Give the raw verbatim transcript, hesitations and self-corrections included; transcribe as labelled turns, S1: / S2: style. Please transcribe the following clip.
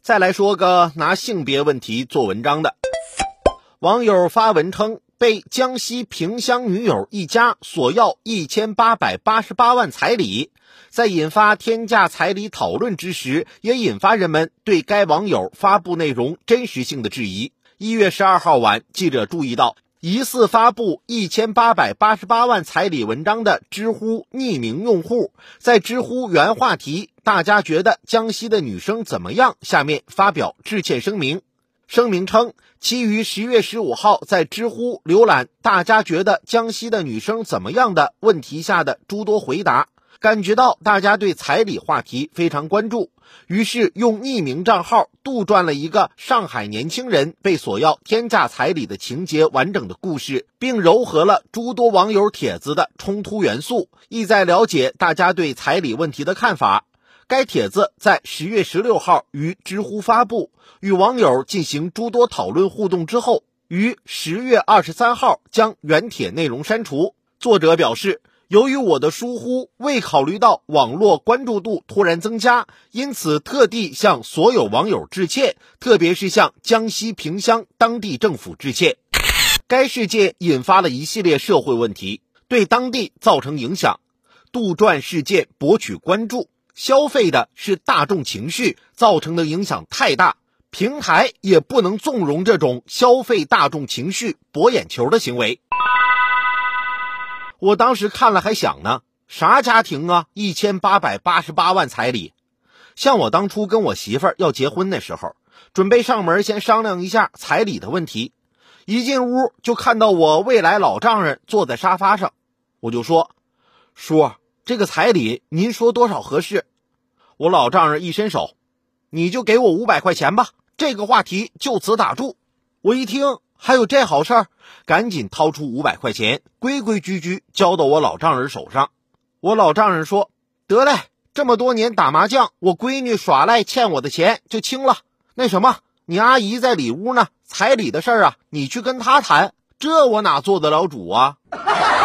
S1: 再来说个拿性别问题做文章的。网友发文称，被江西萍乡女友一家索要一千八百八十八万彩礼，在引发天价彩礼讨论之时，也引发人们对该网友发布内容真实性的质疑。一月十二号晚，记者注意到，疑似发布一千八百八十八万彩礼文章的知乎匿名用户，在知乎原话题大家觉得江西的女生怎么样下面发表致歉声明。声明称，其于十月十五号在知乎浏览大家觉得江西的女生怎么样的问题下的诸多回答，感觉到大家对彩礼话题非常关注，于是用匿名账号杜撰了一个上海年轻人被索要天价彩礼的情节完整的故事，并糅合了诸多网友帖子的冲突元素，意在了解大家对彩礼问题的看法。该帖子在十月十六号于知乎发布，与网友进行诸多讨论互动之后，于十月二十三号将原帖内容删除。作者表示，由于我的疏忽，未考虑到网络关注度突然增加，因此特地向所有网友致歉，特别是向江西萍乡当地政府致歉。该事件引发了一系列社会问题，对当地造成影响。杜撰事件博取关注，消费的是大众情绪，造成的影响太大，平台也不能纵容这种消费大众情绪博眼球的行为。我当时看了还想呢，啥家庭啊，一千八百八十八万彩礼。像我当初跟我媳妇儿要结婚的时候，准备上门先商量一下彩礼的问题，一进屋就看到我未来老丈人坐在沙发上，我就说，叔，这个彩礼您说多少合适？我老丈人一伸手，你就给我五百块钱吧，这个话题就此打住。我一听还有这好事儿，赶紧掏出五百块钱，规规矩矩交到我老丈人手上。我老丈人说，得嘞，这么多年打麻将，我闺女耍赖欠我的钱就清了。那什么，你阿姨在里屋呢，彩礼的事儿啊，你去跟她谈，这我哪做得了主啊？